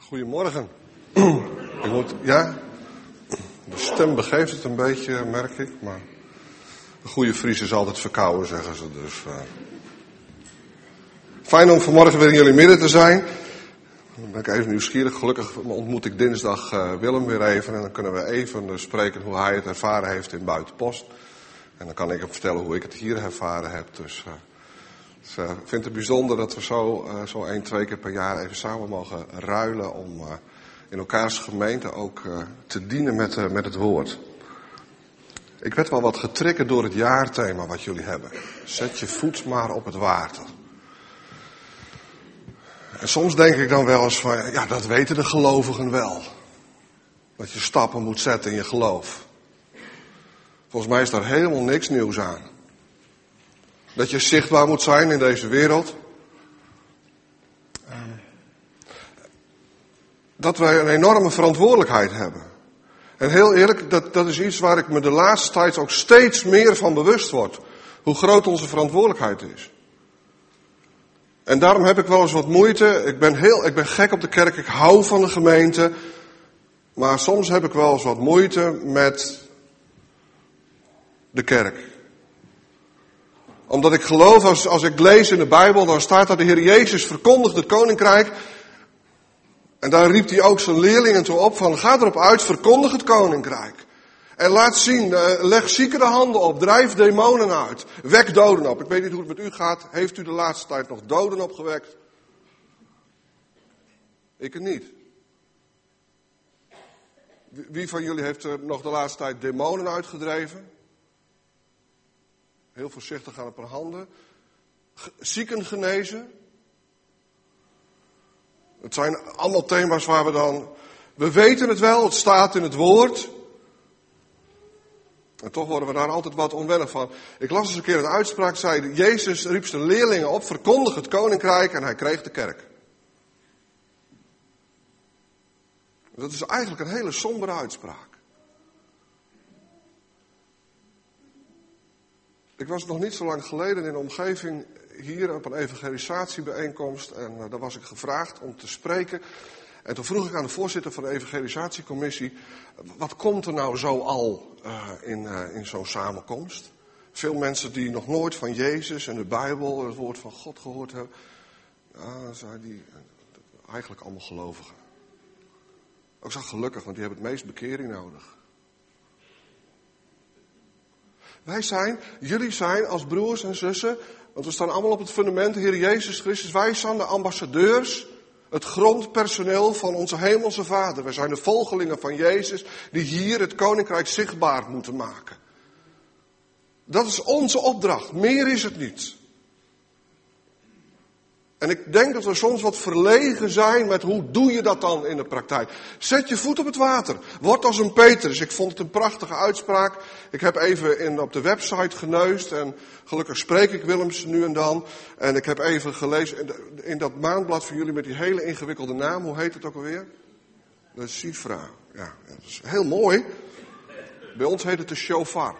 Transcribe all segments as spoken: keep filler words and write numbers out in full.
Goedemorgen. Ik moet, ja, de stem begeeft het een beetje, merk ik, maar een goede Fries is altijd verkouden, zeggen ze dus. Uh. Fijn om vanmorgen weer in jullie midden te zijn. Dan ben ik even nieuwsgierig. Gelukkig ontmoet ik dinsdag uh, Willem weer even en dan kunnen we even uh, spreken hoe hij het ervaren heeft in Buitenpost. En dan kan ik hem vertellen hoe ik het hier ervaren heb. Dus uh, dus, uh, ik vind het bijzonder dat we zo, uh, zo één, twee keer per jaar even samen mogen ruilen om uh, in elkaars gemeente ook uh, te dienen met, uh, met het woord. Ik werd wel wat getriggerd door het jaarthema wat jullie hebben. Zet je voet maar op het water. En soms denk ik dan wel eens van, ja, dat weten de gelovigen wel. Dat je stappen moet zetten in je geloof. Volgens mij is daar helemaal niks nieuws aan. Dat je zichtbaar moet zijn in deze wereld. Dat wij een enorme verantwoordelijkheid hebben. En heel eerlijk, dat, dat is iets waar ik me de laatste tijd ook steeds meer van bewust word. Hoe groot onze verantwoordelijkheid is. En daarom heb ik wel eens wat moeite. Ik ben, heel, ik ben gek op de kerk, ik hou van de gemeente. Maar soms heb ik wel eens wat moeite met de kerk. Omdat ik geloof, als, als ik lees in de Bijbel, dan staat daar de Heer Jezus verkondigt het koninkrijk. En daar riep hij ook zijn leerlingen toe op van, ga erop uit, verkondig het koninkrijk. En laat zien, leg zieken de handen op, drijf demonen uit, wek doden op. Ik weet niet hoe het met u gaat, heeft u de laatste tijd nog doden opgewekt? Ik het niet. Wie van jullie heeft er nog de laatste tijd demonen uitgedreven? Heel voorzichtig aan een paar handen. Zieken genezen. Het zijn allemaal thema's waar we dan... We weten het wel, het staat in het woord. En toch worden we daar altijd wat onwennig van. Ik las eens een keer een uitspraak, zei Jezus riep zijn leerlingen op, verkondig het koninkrijk en hij kreeg de kerk. Dat is eigenlijk een hele sombere uitspraak. Ik was nog niet zo lang geleden in de omgeving hier op een evangelisatiebijeenkomst en uh, daar was ik gevraagd om te spreken. En toen vroeg ik aan de voorzitter van de evangelisatiecommissie, wat komt er nou zo al uh, in, uh, in zo'n samenkomst? Veel mensen die nog nooit van Jezus en de Bijbel, het woord van God gehoord hebben. Ja, zei die, eigenlijk allemaal gelovigen. Ik zag gelukkig, want die hebben het meest bekering nodig. Wij zijn, jullie zijn als broers en zussen, want we staan allemaal op het fundament, de Heer Jezus Christus. Wij zijn de ambassadeurs, het grondpersoneel van onze hemelse Vader. Wij zijn de volgelingen van Jezus die hier het koninkrijk zichtbaar moeten maken. Dat is onze opdracht, meer is het niet. En ik denk dat we soms wat verlegen zijn met hoe doe je dat dan in de praktijk. Zet je voet op het water. Word als een Petrus. Ik vond het een prachtige uitspraak. Ik heb even in, op de website geneust en gelukkig spreek ik Willems nu en dan. En ik heb even gelezen in, in dat maandblad van jullie met die hele ingewikkelde naam. Hoe heet het ook alweer? De Sifra. Ja, dat is heel mooi. Bij ons heet het de shofar.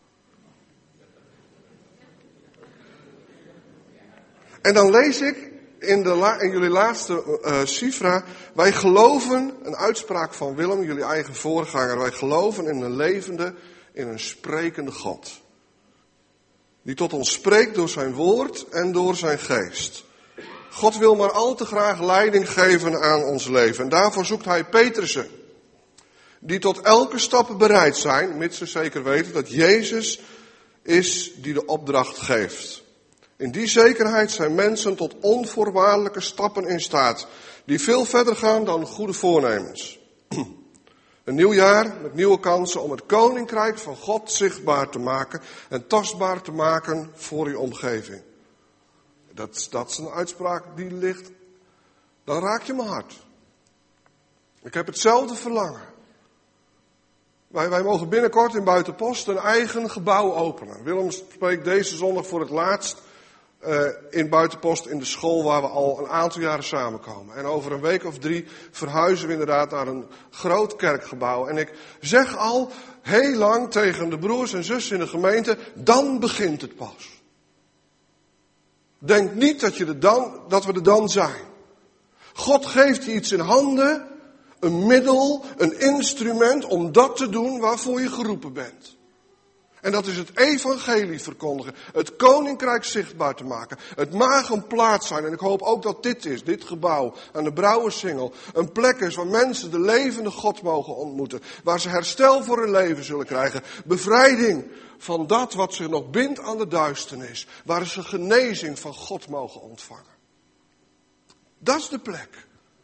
En dan lees ik in, de la, in jullie laatste uh, Sifra, wij geloven, een uitspraak van Willem, jullie eigen voorganger, wij geloven in een levende, in een sprekende God. Die tot ons spreekt door zijn woord en door zijn geest. God wil maar al te graag leiding geven aan ons leven. En daarvoor zoekt hij Petrussen, die tot elke stap bereid zijn, mits ze zeker weten dat Jezus is die de opdracht geeft. In die zekerheid zijn mensen tot onvoorwaardelijke stappen in staat, die veel verder gaan dan goede voornemens. Een nieuw jaar met nieuwe kansen om het koninkrijk van God zichtbaar te maken en tastbaar te maken voor je omgeving. Dat, dat is een uitspraak die ligt, dan raak je mijn hart. Ik heb hetzelfde verlangen. Wij, wij mogen binnenkort in Buitenpost een eigen gebouw openen. Willem spreekt deze zondag voor het laatst. Uh, in Buitenpost in de school waar we al een aantal jaren samenkomen. En over een week of drie verhuizen we inderdaad naar een groot kerkgebouw. En ik zeg al heel lang tegen de broers en zussen in de gemeente, dan begint het pas. Denk niet dat, je er dan, dat we er dan zijn. God geeft je iets in handen, een middel, een instrument om dat te doen waarvoor je geroepen bent. En dat is het evangelie verkondigen, het koninkrijk zichtbaar te maken. Het mag een plaats zijn, en ik hoop ook dat dit is, dit gebouw aan de Brouwerssingel, een plek is waar mensen de levende God mogen ontmoeten. Waar ze herstel voor hun leven zullen krijgen, bevrijding van dat wat zich nog bindt aan de duisternis. Waar ze genezing van God mogen ontvangen. Dat is de plek.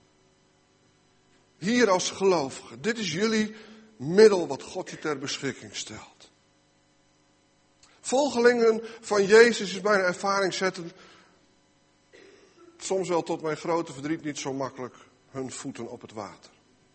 Hier als gelovigen, dit is jullie middel wat God je ter beschikking stelt. Volgelingen van Jezus is mijn ervaring zetten, soms wel tot mijn grote verdriet, niet zo makkelijk hun voeten op het water.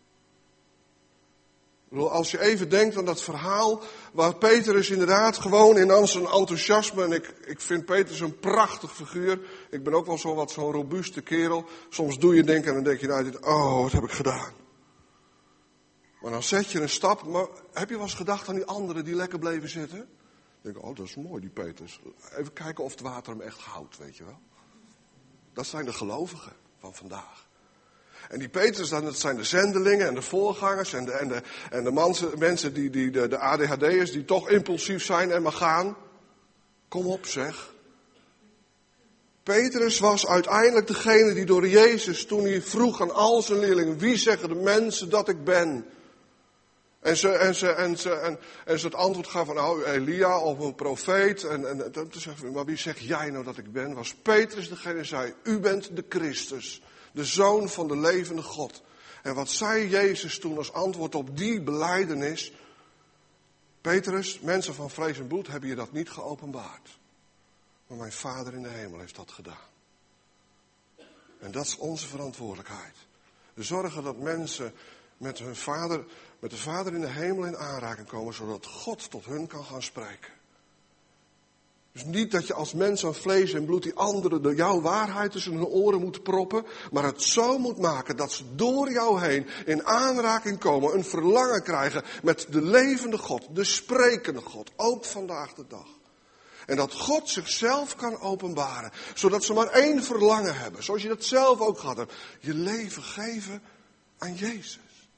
Als je even denkt aan dat verhaal waar Petrus inderdaad gewoon in al zijn enthousiasme, en ik, ik vind Petrus een prachtig figuur, ik ben ook wel zo wat zo'n robuuste kerel, soms doe je denken en dan denk je nou, oh wat heb ik gedaan. Maar dan zet je een stap, maar heb je wel eens gedacht aan die anderen die lekker bleven zitten? Dan denk ik, oh dat is mooi die Petrus. Even kijken of het water hem echt houdt, weet je wel. Dat zijn de gelovigen van vandaag. En die Petrus, dat zijn de zendelingen en de voorgangers en de, en de, en de manse, mensen, die, die, de, de A D H D'ers die toch impulsief zijn en maar gaan. Kom op zeg. Petrus was uiteindelijk degene die door Jezus, toen hij vroeg aan al zijn leerlingen, wie zeggen de mensen dat ik ben? En ze, en ze, en ze, en, en ze het antwoord gaf van, nou, Elia of een profeet. En, en toen zei maar wie zeg jij nou dat ik ben? Was Petrus degene die zei, u bent de Christus, de Zoon van de levende God. En wat zei Jezus toen als antwoord op die belijdenis? Petrus, mensen van vlees en bloed hebben je dat niet geopenbaard. Maar mijn Vader in de hemel heeft dat gedaan. En dat is onze verantwoordelijkheid. We zorgen dat mensen met hun vader, met de Vader in de hemel in aanraking komen, zodat God tot hun kan gaan spreken. Dus niet dat je als mens aan vlees en bloed die anderen de jouw waarheid tussen hun oren moet proppen, maar het zo moet maken dat ze door jou heen in aanraking komen, een verlangen krijgen met de levende God, de sprekende God, ook vandaag de dag. En dat God zichzelf kan openbaren, zodat ze maar één verlangen hebben, zoals je dat zelf ook gehad hebt, je leven geven aan Jezus.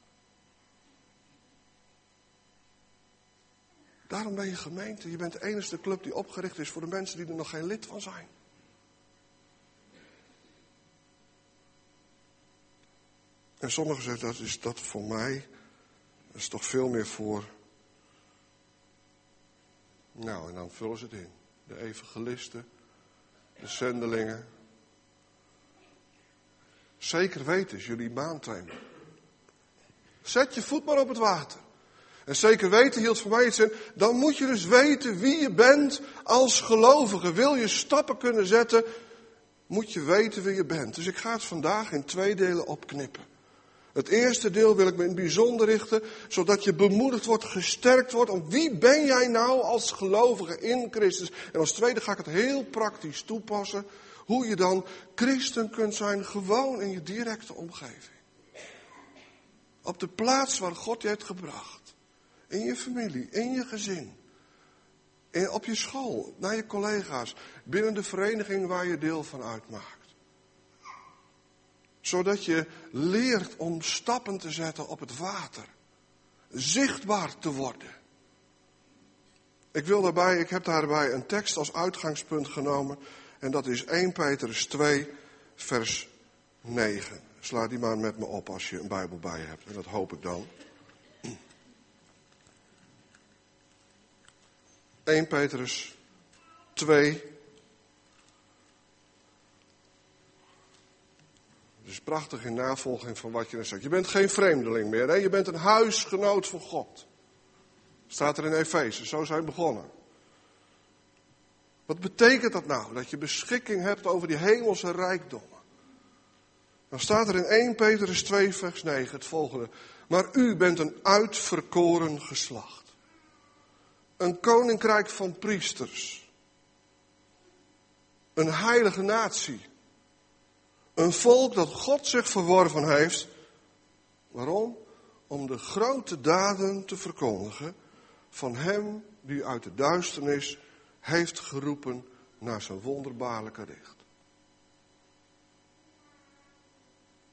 Daarom ben je gemeente. Je bent de enige club die opgericht is voor de mensen die er nog geen lid van zijn. En sommigen zeggen, dat is dat voor mij. Dat is toch veel meer voor. Nou, en dan vullen ze het in. De evangelisten, de zendelingen. Zeker weten is jullie maanthema. Zet je voet maar op het water. En zeker weten hield voor mij iets in. Dan moet je dus weten wie je bent als gelovige. Wil je stappen kunnen zetten, moet je weten wie je bent. Dus ik ga het vandaag in twee delen opknippen. Het eerste deel wil ik me in het bijzonder richten, zodat je bemoedigd wordt, gesterkt wordt. Om wie ben jij nou als gelovige in Christus? En als tweede ga ik het heel praktisch toepassen. Hoe je dan christen kunt zijn, gewoon in je directe omgeving. Op de plaats waar God je heeft gebracht. In je familie, in je gezin. In, op je school, naar je collega's. Binnen de vereniging waar je deel van uitmaakt. Zodat je leert om stappen te zetten op het water. Zichtbaar te worden. Ik wil daarbij, ik heb daarbij een tekst als uitgangspunt genomen. En dat is eerste Petrus twee, vers negen. Sla die maar met me op als je een Bijbel bij je hebt. En dat hoop ik dan. eerste Petrus twee. Het is prachtig in navolging van wat je net zegt. Je bent geen vreemdeling meer, hè? Je bent een huisgenoot van God. Staat er in Efeze, zo zijn begonnen. Wat betekent dat nou? Dat je beschikking hebt over die hemelse rijkdommen. Dan staat er in eerste Petrus twee vers negen het volgende. Maar u bent een uitverkoren geslacht. Een koninkrijk van priesters. Een heilige natie. Een volk dat God zich verworven heeft. Waarom? Om de grote daden te verkondigen van hem die uit de duisternis heeft geroepen naar zijn wonderbaarlijke licht.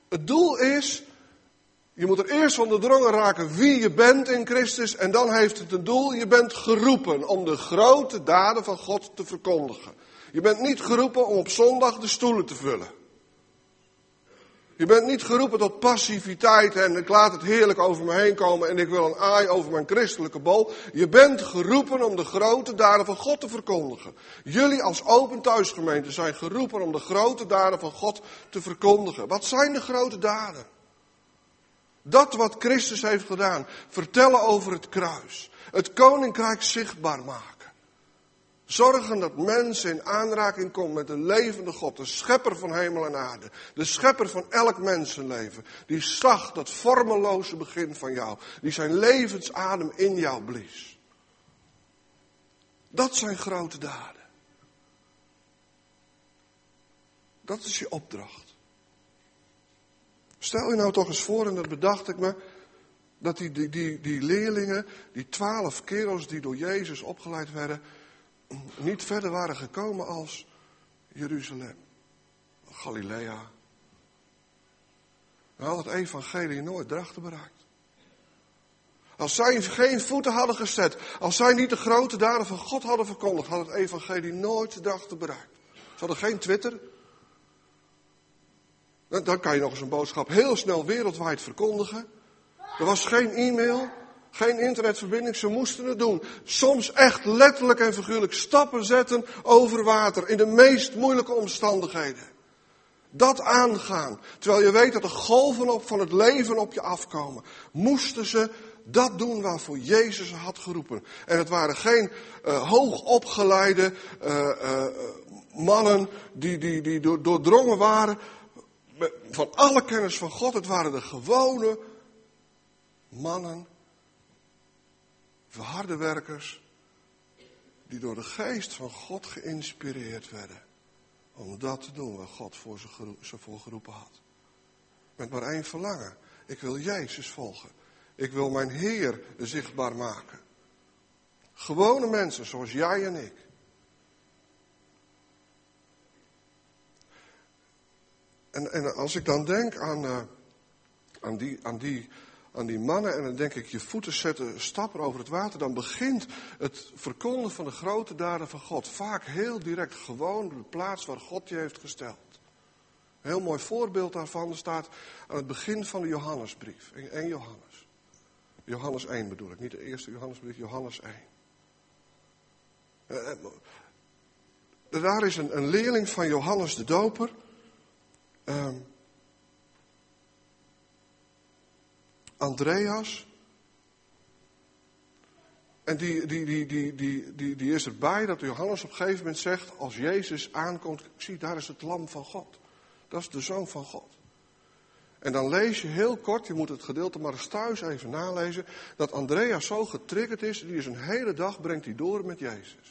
Het doel is, je moet er eerst van doordrongen raken wie je bent in Christus. En dan heeft het een doel, je bent geroepen om de grote daden van God te verkondigen. Je bent niet geroepen om op zondag de stoelen te vullen. Je bent niet geroepen tot passiviteit en ik laat het heerlijk over me heen komen en ik wil een aai over mijn christelijke bol. Je bent geroepen om de grote daden van God te verkondigen. Jullie als Open Thuisgemeente zijn geroepen om de grote daden van God te verkondigen. Wat zijn de grote daden? Dat wat Christus heeft gedaan. Vertellen over het kruis. Het koninkrijk zichtbaar maken. Zorgen dat mensen in aanraking komen met de levende God. De schepper van hemel en aarde. De schepper van elk mensenleven. Die zag dat vormeloze begin van jou. Die zijn levensadem in jou blies. Dat zijn grote daden. Dat is je opdracht. Stel je nou toch eens voor, en dat bedacht ik me, dat die, die, die, die leerlingen, die twaalf kerels die door Jezus opgeleid werden, niet verder waren gekomen als Jeruzalem, Galilea. Dan had het evangelie nooit drachten bereikt. Als zij geen voeten hadden gezet, als zij niet de grote daden van God hadden verkondigd, had het evangelie nooit de drachten bereikt. Ze hadden geen Twitter. Dan kan je nog eens een boodschap heel snel wereldwijd verkondigen. Er was geen e-mail, geen internetverbinding, ze moesten het doen. Soms echt letterlijk en figuurlijk stappen zetten over water in de meest moeilijke omstandigheden. Dat aangaan, terwijl je weet dat de golven op van het leven op je afkomen. Moesten ze dat doen waarvoor Jezus had geroepen. En het waren geen uh, hoogopgeleide uh, uh, mannen die, die, die doordrongen waren van alle kennis van God. Het waren de gewone mannen, harde werkers, die door de geest van God geïnspireerd werden om dat te doen waar God voor ze, gero- ze voor geroepen had. Met maar één verlangen. Ik wil Jezus volgen. Ik wil mijn Heer zichtbaar maken. Gewone mensen zoals jij en ik. En, en als ik dan denk aan, uh, aan, die, aan, die, aan die mannen en dan denk ik je voeten zetten, stappen over het water, dan begint het verkondigen van de grote daden van God. Vaak heel direct gewoon op de plaats waar God je heeft gesteld. Een heel mooi voorbeeld daarvan staat aan het begin van de Johannesbrief. In één Johannes. Johannes één bedoel ik, niet de eerste Johannesbrief, Johannes één. Uh, daar is een, een leerling van Johannes de Doper. Um, Andreas. En die, die, die, die, die, die, die is erbij dat Johannes op een gegeven moment zegt, als Jezus aankomt, zie daar is het lam van God. Dat is de Zoon van God. En dan lees je heel kort, je moet het gedeelte maar eens thuis even nalezen, dat Andreas zo getriggerd is, die is een hele dag brengt hij door met Jezus.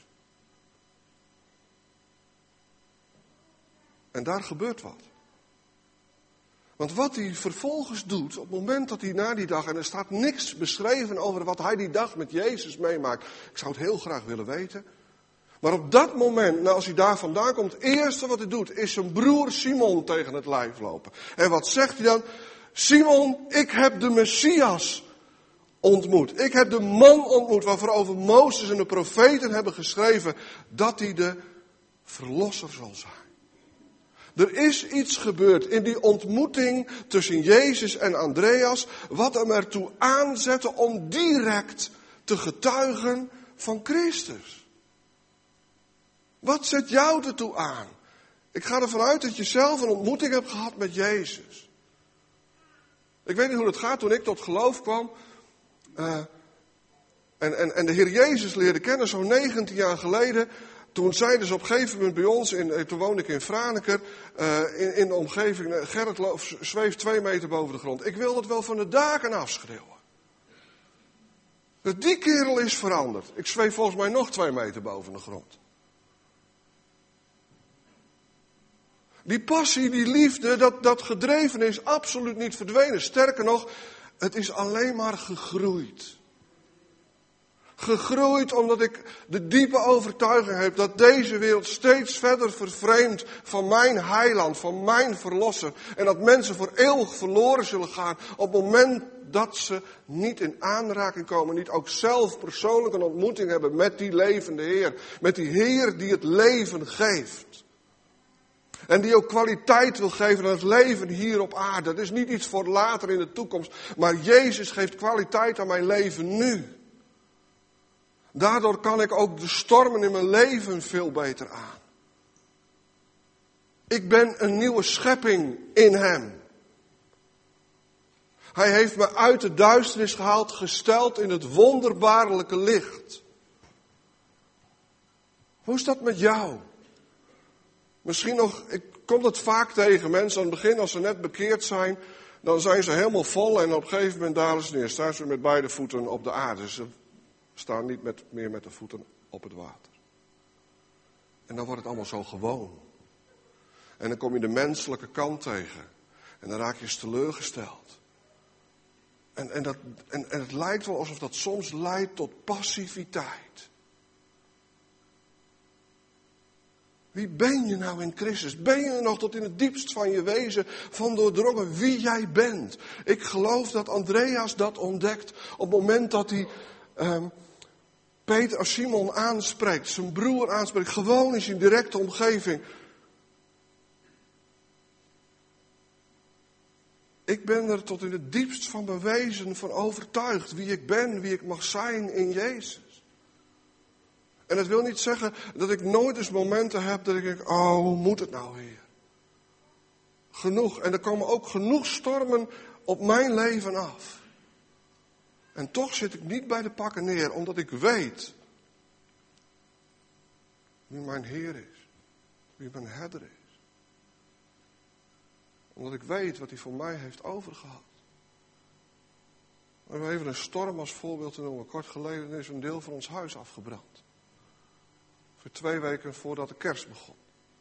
En daar gebeurt wat. Want wat hij vervolgens doet, op het moment dat hij na die dag, en er staat niks beschreven over wat hij die dag met Jezus meemaakt. Ik zou het heel graag willen weten. Maar op dat moment, nou als hij daar vandaan komt, het eerste wat hij doet, is zijn broer Simon tegen het lijf lopen. En wat zegt hij dan? Simon, ik heb de Messias ontmoet. Ik heb de man ontmoet waarvoor over Mozes en de profeten hebben geschreven dat hij de verlosser zal zijn. Er is iets gebeurd in die ontmoeting tussen Jezus en Andreas, wat hem ertoe aanzette om direct te getuigen van Christus. Wat zet jou ertoe aan? Ik ga ervan uit dat je zelf een ontmoeting hebt gehad met Jezus. Ik weet niet hoe het gaat toen ik tot geloof kwam. Uh, en, en, en de Heer Jezus leerde kennen zo'n negentien jaar geleden. Toen zeiden ze op een gegeven moment bij ons, in, toen woonde ik in Franeker, uh, in, in de omgeving, uh, Gerrit lo- zweeft twee meter boven de grond. Ik wil het wel van de daken afschreeuwen. Die kerel is veranderd. Ik zweef volgens mij nog twee meter boven de grond. Die passie, die liefde, dat, dat gedreven is absoluut niet verdwenen. Sterker nog, het is alleen maar gegroeid. Gegroeid omdat ik de diepe overtuiging heb dat deze wereld steeds verder vervreemdt van mijn heiland, van mijn verlosser. En dat mensen voor eeuwig verloren zullen gaan op het moment dat ze niet in aanraking komen, niet ook zelf persoonlijk een ontmoeting hebben met die levende Heer. Met die Heer die het leven geeft. En die ook kwaliteit wil geven aan het leven hier op aarde. Dat is niet iets voor later in de toekomst, maar Jezus geeft kwaliteit aan mijn leven nu. Daardoor kan ik ook de stormen in mijn leven veel beter aan. Ik ben een nieuwe schepping in Hem. Hij heeft me uit de duisternis gehaald, gesteld in het wonderbaarlijke licht. Hoe is dat met jou? Misschien nog, ik kom dat vaak tegen mensen aan het begin, als ze net bekeerd zijn, dan zijn ze helemaal vol en op een gegeven moment dalen ze neer. Staan ze met beide voeten op de aarde. Ze staan niet met, meer met de voeten op het water. En dan wordt het allemaal zo gewoon. En dan kom je de menselijke kant tegen. En dan raak je eens teleurgesteld. En, en, dat, en, en het lijkt wel alsof dat soms leidt tot passiviteit. Wie ben je nou in Christus? Ben je er nog tot in het diepst van je wezen van doordrongen wie jij bent? Ik geloof dat Andreas dat ontdekt op het moment dat hij um, Peter of Simon aanspreekt, zijn broer aanspreekt, gewoon in zijn directe omgeving. Ik ben er tot in het diepst van mijn wezen van overtuigd wie ik ben, wie ik mag zijn in Jezus. En dat wil niet zeggen dat ik nooit eens momenten heb dat ik denk, oh, hoe moet het nou weer? Genoeg. En er komen ook genoeg stormen op mijn leven af. En toch zit ik niet bij de pakken neer, omdat ik weet wie mijn Heer is. Wie mijn herder is. Omdat ik weet wat hij voor mij heeft overgehad. We hebben even een storm als voorbeeld te noemen. Kort geleden is een deel van ons huis afgebrand. Voor twee weken voordat de kerst begon.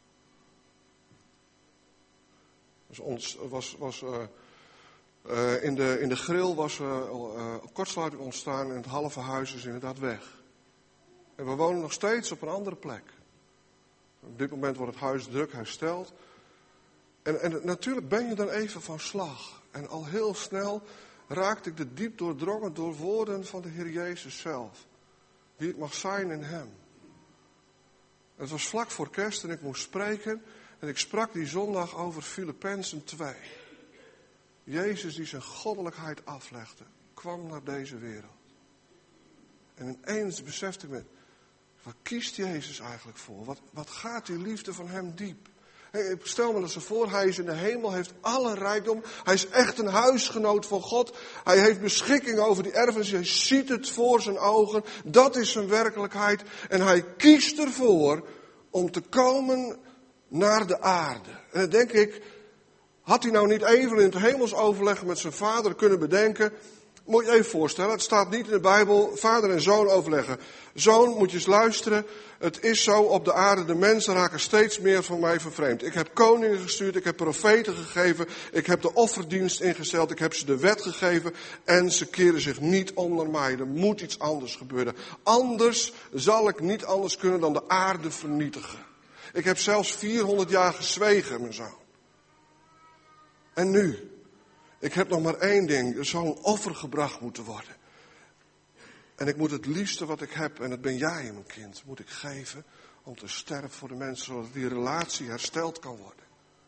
Dus ons was, was uh, uh, in, de, in de grill was uh, uh, kortsluiting ontstaan en het halve huis is inderdaad weg. En we wonen nog steeds op een andere plek. Op dit moment wordt het huis druk hersteld. En, en natuurlijk ben je dan even van slag. En al heel snel raakte ik er diep doordrongen door woorden van de Heer Jezus zelf. Wie ik mag zijn in Hem. Het was vlak voor kerst en ik moest spreken. En ik sprak die zondag over Filippenzen twee. Jezus die zijn goddelijkheid aflegde, kwam naar deze wereld. En ineens besefte ik me, wat kiest Jezus eigenlijk voor? Wat, wat gaat die liefde van Hem diep? Hey, stel me dat zo voor, Hij is in de hemel, heeft alle rijkdom. Hij is echt een huisgenoot van God. Hij heeft beschikking over die erfenis. Hij ziet het voor zijn ogen. Dat is zijn werkelijkheid. En Hij kiest ervoor om te komen naar de aarde. En dan denk ik, had Hij nou niet even in het hemelsoverleg met zijn vader kunnen bedenken. Moet je even voorstellen, het staat niet in de Bijbel, vader en zoon overleggen. Zoon, moet je eens luisteren, het is zo op de aarde, de mensen raken steeds meer van mij vervreemd. Ik heb koningen gestuurd, ik heb profeten gegeven, ik heb de offerdienst ingesteld, ik heb ze de wet gegeven en ze keren zich niet onder mij. Er moet iets anders gebeuren. Anders zal ik niet anders kunnen dan de aarde vernietigen. Ik heb zelfs vierhonderd jaar gezwegen, mijn zoon. En nu? Ik heb nog maar één ding. Er zal een offer gebracht moeten worden. En ik moet het liefste wat ik heb, en dat ben jij, mijn kind, moet ik geven om te sterven voor de mensen, zodat die relatie hersteld kan worden.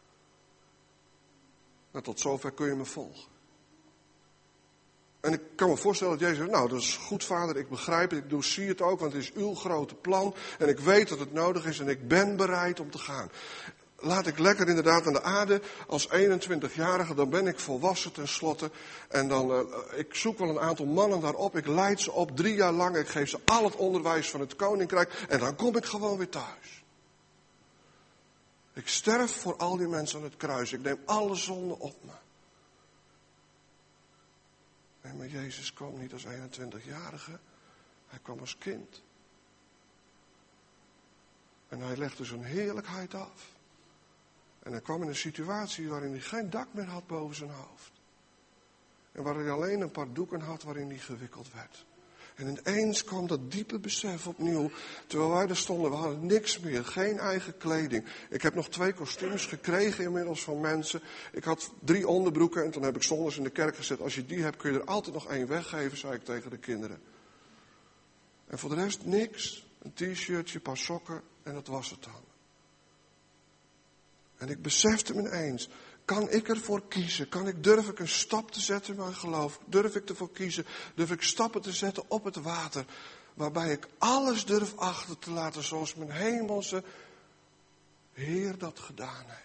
Nou, tot zover kun je me volgen. En ik kan me voorstellen dat Jezus zegt, nou, dat is goed, vader, ik begrijp het, ik doe, zie het ook, want het is uw grote plan. En ik weet dat het nodig is en ik ben bereid om te gaan. Laat ik lekker inderdaad aan de aarde als eenentwintigjarige, dan ben ik volwassen tenslotte. En dan, uh, ik zoek wel een aantal mannen daarop, ik leid ze op drie jaar lang. Ik geef ze al het onderwijs van het koninkrijk en dan kom ik gewoon weer thuis. Ik sterf voor al die mensen aan het kruis, ik neem alle zonden op me. Nee, maar Jezus kwam niet als eenentwintigjarige, hij kwam als kind. En hij legde zijn heerlijkheid af. En hij kwam in een situatie waarin hij geen dak meer had boven zijn hoofd. En waar hij alleen een paar doeken had waarin hij gewikkeld werd. En ineens kwam dat diepe besef opnieuw. Terwijl wij er stonden, we hadden niks meer. Geen eigen kleding. Ik heb nog twee kostuums gekregen inmiddels van mensen. Ik had drie onderbroeken en toen heb ik zondags in de kerk gezet. Als je die hebt kun je er altijd nog één weggeven, zei ik tegen de kinderen. En voor de rest niks. Een t-shirtje, een paar sokken en dat was het dan. En ik besefte me ineens. Kan ik ervoor kiezen? Kan ik, durf ik een stap te zetten in mijn geloof? Durf ik ervoor kiezen? Durf ik stappen te zetten op het water? Waarbij ik alles durf achter te laten zoals mijn hemelse Heer dat gedaan heeft.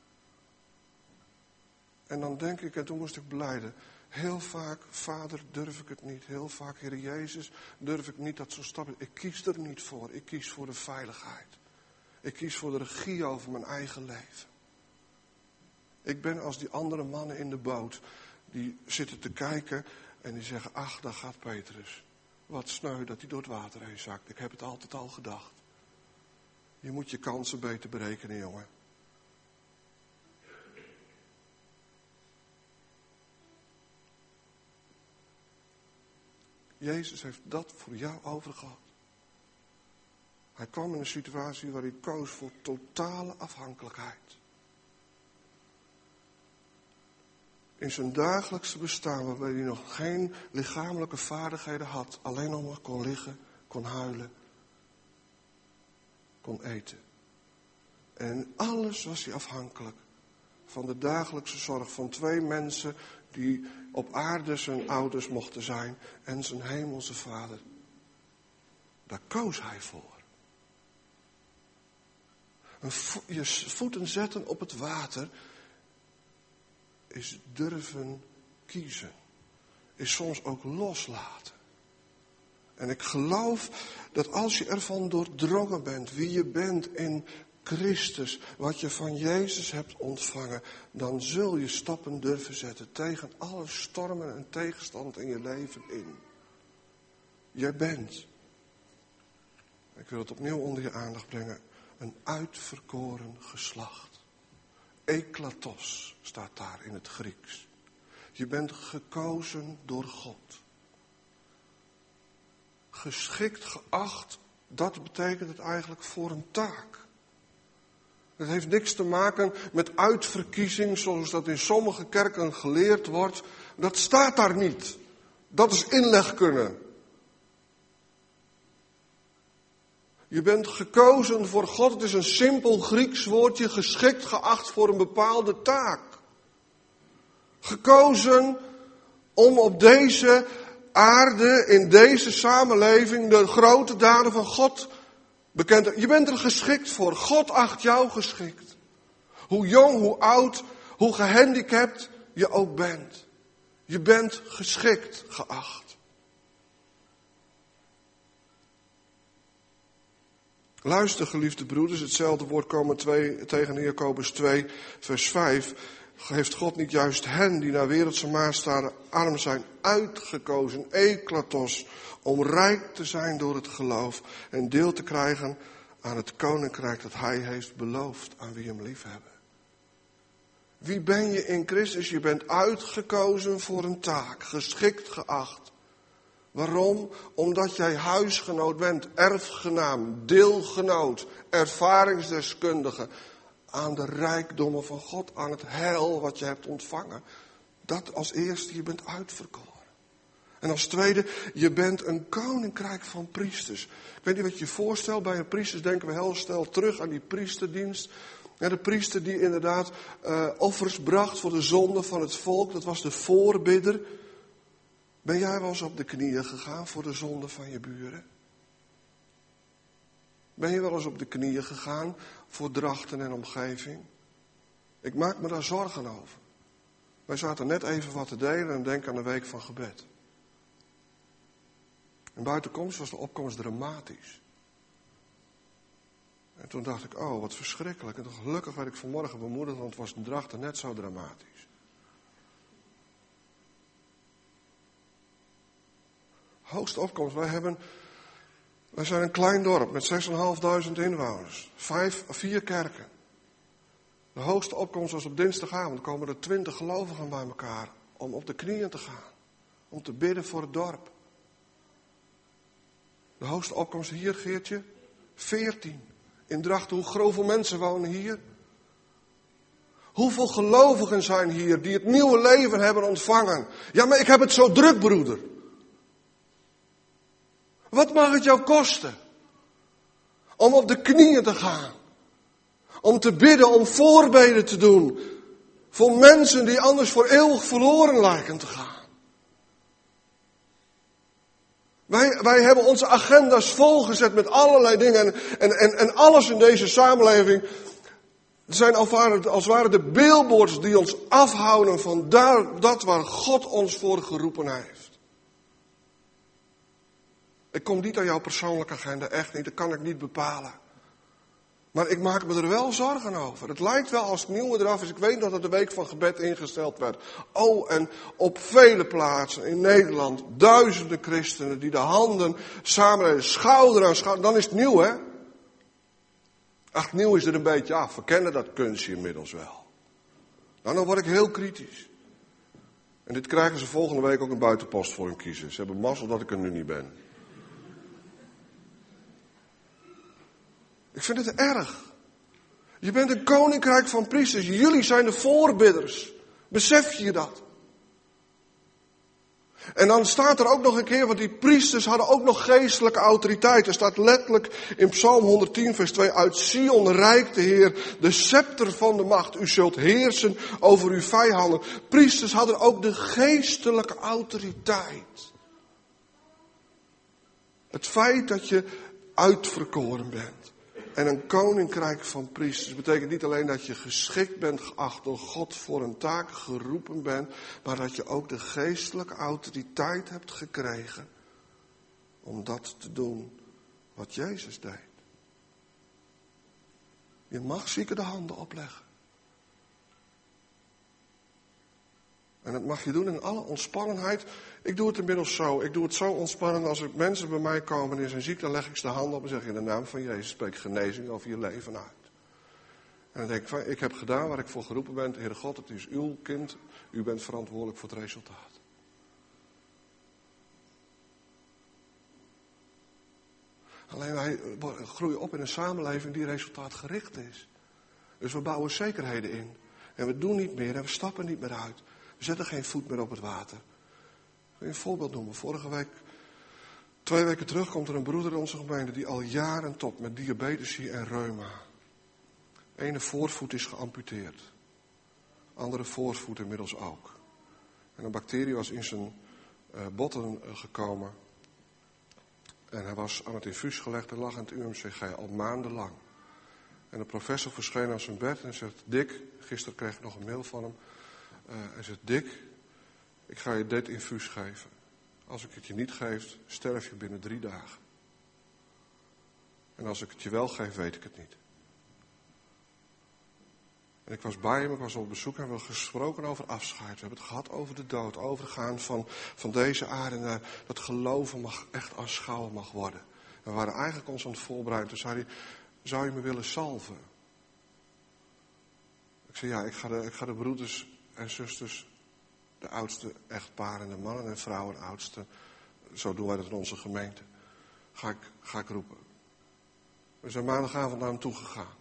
En dan denk ik, en toen moest ik blijden. Heel vaak, Vader, durf ik het niet. Heel vaak, Heer Jezus, durf ik niet dat zo'n stap. Ik kies er niet voor. Ik kies voor de veiligheid. Ik kies voor de regie over mijn eigen leven. Ik ben als die andere mannen in de boot. Die zitten te kijken en die zeggen, ach, daar gaat Petrus. Wat sneu dat hij door het water heen zakt. Ik heb het altijd al gedacht. Je moet je kansen beter berekenen, jongen. Jezus heeft dat voor jou overgehad. Hij kwam in een situatie waar hij koos voor totale afhankelijkheid. In zijn dagelijkse bestaan, waarbij hij nog geen lichamelijke vaardigheden had. Alleen nog maar kon liggen, kon huilen, kon eten. En in alles was hij afhankelijk van de dagelijkse zorg van twee mensen die op aarde zijn ouders mochten zijn en zijn hemelse Vader. Daar koos hij voor. Je voeten zetten op het water is durven kiezen. Is soms ook loslaten. En ik geloof dat als je ervan doordrongen bent wie je bent in Christus, wat je van Jezus hebt ontvangen, dan zul je stappen durven zetten tegen alle stormen en tegenstand in je leven in. Jij bent, ik wil het opnieuw onder je aandacht brengen, een uitverkoren geslacht. Eklatos staat daar in het Grieks. Je bent gekozen door God. Geschikt, geacht, dat betekent het eigenlijk voor een taak. Het heeft niks te maken met uitverkiezing zoals dat in sommige kerken geleerd wordt. Dat staat daar niet. Dat is inlegkunde. Je bent gekozen voor God. Het is een simpel Grieks woordje, geschikt, geacht voor een bepaalde taak. Gekozen om op deze aarde, in deze samenleving, de grote daden van God bekend te... Je bent er geschikt voor. God acht jou geschikt. Hoe jong, hoe oud, hoe gehandicapt je ook bent. Je bent geschikt geacht. Luister, geliefde broeders, hetzelfde woord komen twee, tegen Jacobus twee, vers vijf. Heeft God niet juist hen die naar wereldse maatstaven arm zijn uitgekozen, eklatos, om rijk te zijn door het geloof en deel te krijgen aan het koninkrijk dat hij heeft beloofd aan wie hem liefhebben. Wie ben je in Christus? Je bent uitgekozen voor een taak, geschikt geacht. Waarom? Omdat jij huisgenoot bent, erfgenaam, deelgenoot, ervaringsdeskundige aan de rijkdommen van God, aan het heil wat je hebt ontvangen. Dat als eerste, je bent uitverkoren. En als tweede, je bent een koninkrijk van priesters. Ik weet niet wat je je voorstelt, bij een priester denken we heel snel terug aan die priesterdienst. Ja, de priester die inderdaad uh, offers bracht voor de zonde van het volk, dat was de voorbidder. Ben jij wel eens op de knieën gegaan voor de zonde van je buren? Ben je wel eens op de knieën gegaan voor Drachten en omgeving? Ik maak me daar zorgen over. Wij zaten net even wat te delen en denken aan de week van gebed. En buiten komst was de opkomst dramatisch. En toen dacht ik, oh wat verschrikkelijk. En toen gelukkig werd ik vanmorgen bemoedigd, want het was in Drachten net zo dramatisch. Hoogste opkomst. Wij, hebben, wij zijn een klein dorp met zes en een half duizend inwoners. Vijf, vier kerken. De hoogste opkomst was op dinsdagavond. Komen er twintig gelovigen bij elkaar om op de knieën te gaan. Om te bidden voor het dorp. De hoogste opkomst hier, Geertje? veertien. In Drachten, hoe grove mensen wonen hier? Hoeveel gelovigen zijn hier die het nieuwe leven hebben ontvangen? Ja, maar ik heb het zo druk, broeder. Wat mag het jou kosten? Om op de knieën te gaan. Om te bidden, om voorbeden te doen. Voor mensen die anders voor eeuwig verloren lijken te gaan. Wij, wij hebben onze agenda's volgezet met allerlei dingen. En, en, en, en alles in deze samenleving zijn als ware, als ware de billboards die ons afhouden van daar, dat waar God ons voor geroepen heeft. Ik kom niet aan jouw persoonlijke agenda, echt niet. Dat kan ik niet bepalen. Maar ik maak me er wel zorgen over. Het lijkt wel als het nieuwe eraf is. Ik weet dat er de week van gebed ingesteld werd. Oh, en op vele plaatsen in Nederland duizenden christenen die de handen samen, schouder aan schouder. Dan is het nieuw, hè? Ach, nieuw is er een beetje af. We kennen dat kunstje inmiddels wel. Nou, dan word ik heel kritisch. En dit krijgen ze volgende week ook een buitenpost voor hun kiezen. Ze hebben mazzel dat ik er nu niet ben. Ik vind het erg. Je bent een koninkrijk van priesters. Jullie zijn de voorbidders. Besef je dat? En dan staat er ook nog een keer, want die priesters hadden ook nog geestelijke autoriteit. Er staat letterlijk in Psalm honderdtien vers twee. Uit Sion reikt de Heer de scepter van de macht. U zult heersen over uw vijanden. Priesters hadden ook de geestelijke autoriteit. Het feit dat je uitverkoren bent. En een koninkrijk van priesters betekent niet alleen dat je geschikt bent, geacht door God voor een taak geroepen bent, maar dat je ook de geestelijke autoriteit hebt gekregen om dat te doen wat Jezus deed. Je mag zieken de handen opleggen. En dat mag je doen in alle ontspannenheid. Ik doe het inmiddels zo. Ik doe het zo ontspannen als er mensen bij mij komen en zijn ziek, dan leg ik ze de handen op en zeg in de naam van Jezus spreek genezing over je leven uit. En dan denk ik van, ik heb gedaan waar ik voor geroepen ben. Heere God, het is uw kind. U bent verantwoordelijk voor het resultaat. Alleen wij groeien op in een samenleving die resultaatgericht is. Dus we bouwen zekerheden in. En we doen niet meer en we stappen niet meer uit. We zetten geen voet meer op het water. Ik wil je een voorbeeld noemen. Vorige week, twee weken terug, komt er een broeder in onze gemeente die al jaren tot met diabetes en reuma. Ene voorvoet is geamputeerd. Andere voorvoet inmiddels ook. En een bacterie was in zijn uh, botten uh, gekomen. En hij was aan het infuus gelegd en lag in het U M C G al maandenlang. En de professor verscheen aan zijn bed en zegt, Dick, gisteren kreeg ik nog een mail van hem. Uh, hij zegt, Dick, ik ga je dit infuus geven. Als ik het je niet geef, sterf je binnen drie dagen. En als ik het je wel geef, weet ik het niet. En ik was bij hem, ik was op bezoek en we hebben gesproken over afscheid. We hebben het gehad over de dood, overgaan van, van deze aarde naar dat geloven mag echt aanschouwen mag worden. En we waren eigenlijk ons aan het voorbereiden. Toen zei hij, zou je me willen salven? Ik zei, ja, ik ga de, ik ga de broeders en zusters, de oudste echtparen, de mannen en vrouwen, oudste, zo doen wij dat in onze gemeente, ga ik, ga ik roepen. We zijn maandagavond naar hem toe gegaan.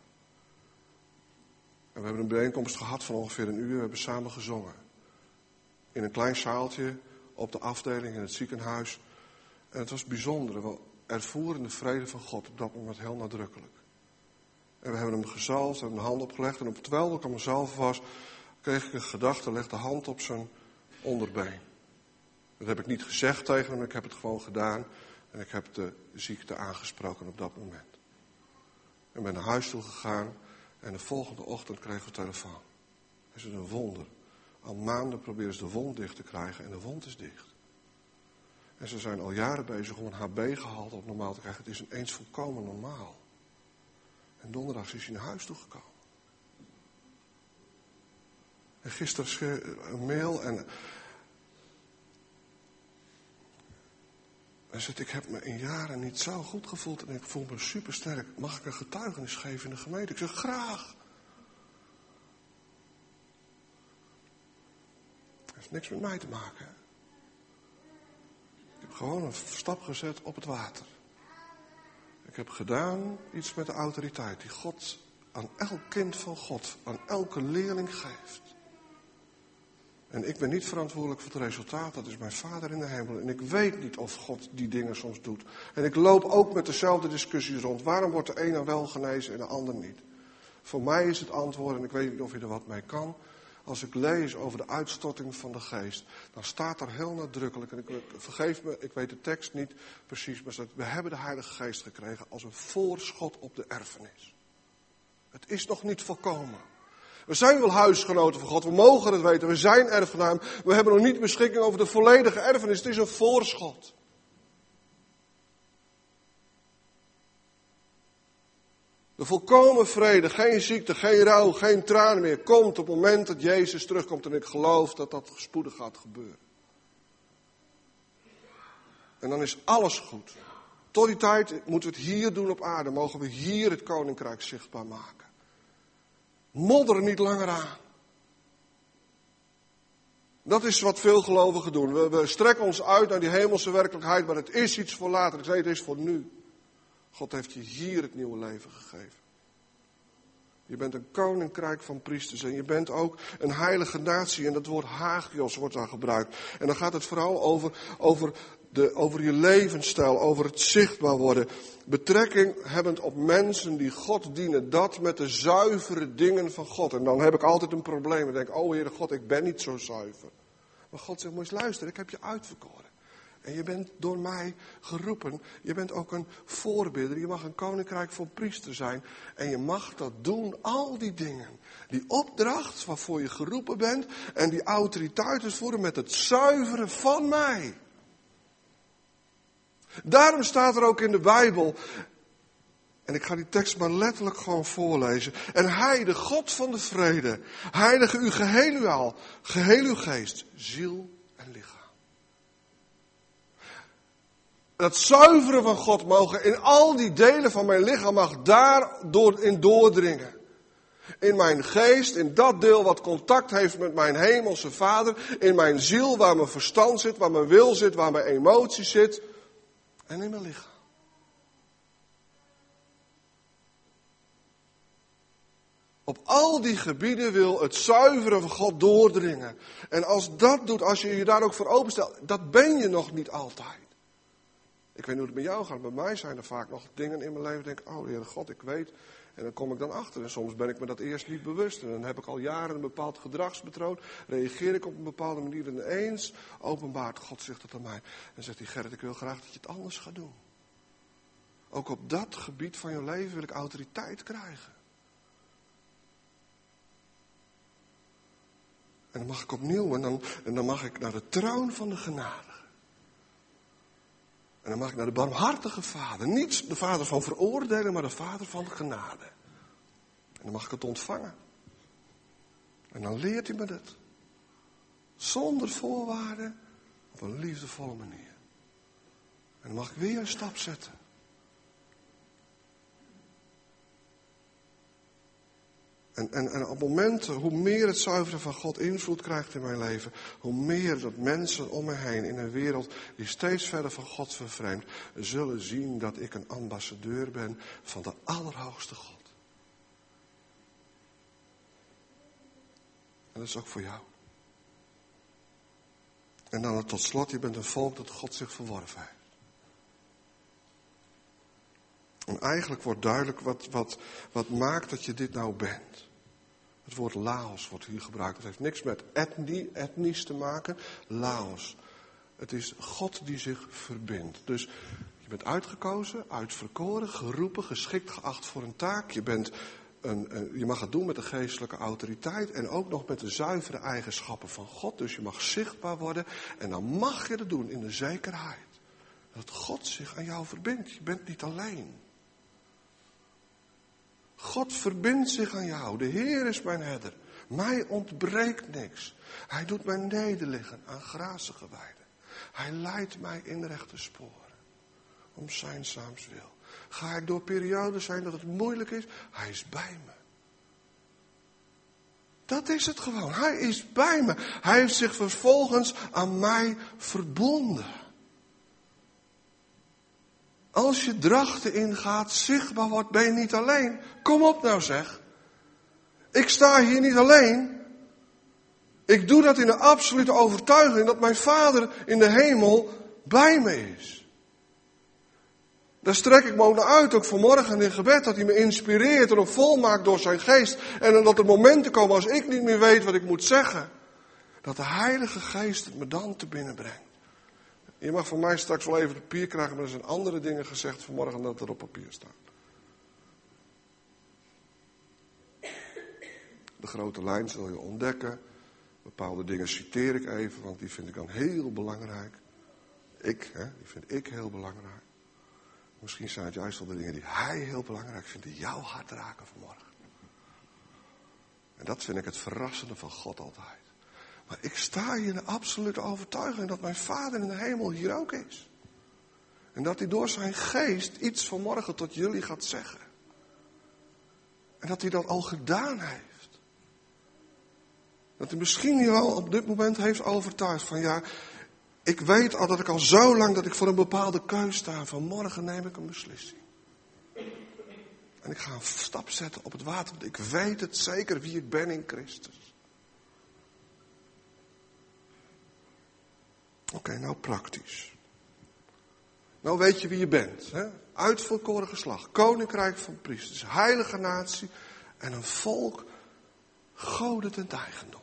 En we hebben een bijeenkomst gehad van ongeveer een uur. We hebben samen gezongen. In een klein zaaltje op de afdeling in het ziekenhuis. En het was bijzonder. We ervoeren de vrede van God op dat moment heel nadrukkelijk. En we hebben hem gezalfd, we hebben de hand opgelegd. En op terwijl ik aan het zalven was, kreeg ik een gedachte, leg de hand op zijn onderbeen. Dat heb ik niet gezegd tegen hem, ik heb het gewoon gedaan. En ik heb de ziekte aangesproken op dat moment. Ik ben naar huis toe gegaan. En de volgende ochtend kregen we telefoon. Het is een wonder. Al maanden proberen ze de wond dicht te krijgen en de wond is dicht. En ze zijn al jaren bezig om een H B-gehalte op normaal te krijgen. Het is ineens volkomen normaal. En donderdag is hij naar huis toegekomen. En gisteren schreef een mail en... Hij zegt, ik heb me in jaren niet zo goed gevoeld en ik voel me supersterk. Mag ik een getuigenis geven in de gemeente? Ik zeg, graag. Het heeft niks met mij te maken. Hè? Ik heb gewoon een stap gezet op het water. Ik heb gedaan iets met de autoriteit die God aan elk kind van God, aan elke leerling geeft. En ik ben niet verantwoordelijk voor het resultaat, dat is mijn Vader in de hemel. En ik weet niet of God die dingen soms doet. En ik loop ook met dezelfde discussies rond. Waarom wordt de ene wel genezen en de ander niet? Voor mij is het antwoord, en ik weet niet of je er wat mee kan. Als ik lees over de uitstorting van de geest, dan staat er heel nadrukkelijk, en ik, vergeef me, ik weet de tekst niet precies, maar we hebben de Heilige Geest gekregen als een voorschot op de erfenis. Het is nog niet volkomen. We zijn wel huisgenoten van God, we mogen het weten, we zijn erfgenaam. We hebben nog niet beschikking over de volledige erfenis, het is een voorschot. De volkomen vrede, geen ziekte, geen rouw, geen tranen meer, komt op het moment dat Jezus terugkomt. En ik geloof dat dat spoedig gaat gebeuren. En dan is alles goed. Tot die tijd moeten we het hier doen op aarde, mogen we hier het koninkrijk zichtbaar maken. Modder niet langer aan. Dat is wat veel gelovigen doen. We, we strekken ons uit naar die hemelse werkelijkheid, maar het is iets voor later. Ik zei, het is voor nu. God heeft je hier het nieuwe leven gegeven. Je bent een koninkrijk van priesters en je bent ook een heilige natie. En dat woord hagios wordt daar gebruikt. En dan gaat het vooral over, over, de, over je levensstijl, over het zichtbaar worden. Betrekking hebbend op mensen die God dienen. Dat met de zuivere dingen van God. En dan heb ik altijd een probleem. Ik denk, oh Heere God, ik ben niet zo zuiver. Maar God zegt, moet je eens luisteren, ik heb je uitverkoren. En je bent door mij geroepen. Je bent ook een voorbidder. Je mag een koninkrijk van priester zijn. En je mag dat doen, al die dingen. Die opdracht waarvoor je geroepen bent. En die autoriteit uitvoeren met het zuiveren van mij. Daarom staat er ook in de Bijbel. En ik ga die tekst maar letterlijk gewoon voorlezen. En hij, de God van de vrede. Heilige u geheel uw al. Geheel uw geest, ziel en lichaam. Dat zuiveren van God mogen in al die delen van mijn lichaam mag daardoor in doordringen. In mijn geest, in dat deel wat contact heeft met mijn hemelse Vader. In mijn ziel waar mijn verstand zit, waar mijn wil zit, waar mijn emotie zit. En in mijn lichaam. Op al die gebieden wil het zuiveren van God doordringen. En als dat doet, als je je daar ook voor openstelt, dat ben je nog niet altijd. Ik weet niet hoe het met jou gaat. Bij mij zijn er vaak nog dingen in mijn leven. Ik denk, oh Heere God, ik weet. En dan kom ik dan achter. En soms ben ik me dat eerst niet bewust. En dan heb ik al jaren een bepaald gedragspatroon. Reageer ik op een bepaalde manier. En ineens openbaart God zegt het aan mij. En zegt hij, Gerrit, ik wil graag dat je het anders gaat doen. Ook op dat gebied van je leven wil ik autoriteit krijgen. En dan mag ik opnieuw. En dan, en dan mag ik naar de troon van de genade. En dan mag ik naar de barmhartige Vader. Niet de Vader van veroordelen, maar de Vader van genade. En dan mag ik het ontvangen. En dan leert hij me dat. Zonder voorwaarden, op een liefdevolle manier. En dan mag ik weer een stap zetten. En, en, en op momenten, hoe meer het zuiveren van God invloed krijgt in mijn leven, hoe meer dat mensen om me heen in een wereld die steeds verder van God vervreemdt, zullen zien dat ik een ambassadeur ben van de Allerhoogste God. En dat is ook voor jou. En dan tot slot, je bent een volk dat God zich verworven heeft. En eigenlijk wordt duidelijk wat, wat, wat maakt dat je dit nou bent. Het woord Laos wordt hier gebruikt. Het heeft niks met etnie, etnisch te maken. Laos. Het is God die zich verbindt. Dus je bent uitgekozen, uitverkoren, geroepen, geschikt geacht voor een taak. Je, bent een, een, je mag het doen met de geestelijke autoriteit en ook nog met de zuivere eigenschappen van God. Dus je mag zichtbaar worden en dan mag je het doen in de zekerheid. Dat God zich aan jou verbindt. Je bent niet alleen. God verbindt zich aan jou. De Heer is mijn herder. Mij ontbreekt niks. Hij doet mij nederliggen aan grazige weiden. Hij leidt mij in rechte sporen. Om zijn zaams wil. Ga ik door periodes zijn dat het moeilijk is? Hij is bij me. Dat is het gewoon. Hij is bij me. Hij heeft zich vervolgens aan mij verbonden. Als je drachten ingaat, zichtbaar wordt, ben je niet alleen. Kom op nou zeg. Ik sta hier niet alleen. Ik doe dat in de absolute overtuiging dat mijn Vader in de hemel bij me is. Daar strek ik me ook naar uit, ook vanmorgen in gebed, dat hij me inspireert en ook volmaakt door zijn geest. En dat er momenten komen als ik niet meer weet wat ik moet zeggen. Dat de Heilige Geest het me dan te binnen brengt. Je mag van mij straks wel even papier krijgen, maar er zijn andere dingen gezegd vanmorgen dan dat er op papier staat. De grote lijn zul je ontdekken. Bepaalde dingen citeer ik even, want die vind ik dan heel belangrijk. Ik, hè, die vind ik heel belangrijk. Misschien zijn het juist wel de dingen die hij heel belangrijk vindt, die jouw hart raken vanmorgen. En dat vind ik het verrassende van God altijd. Maar ik sta hier in de absolute overtuiging dat mijn Vader in de hemel hier ook is. En dat hij door zijn geest iets vanmorgen tot jullie gaat zeggen. En dat hij dat al gedaan heeft. Dat hij misschien hier al op dit moment heeft overtuigd van ja, ik weet al dat ik al zo lang dat ik voor een bepaalde keus sta. Vanmorgen neem ik een beslissing. En ik ga een stap zetten op het water, want ik weet het zeker wie ik ben in Christus. Oké, okay, nou praktisch. Nou weet je wie je bent. Hè? Uitverkoren geslacht, koninkrijk van priesters, heilige natie en een volk goden ten eigendom.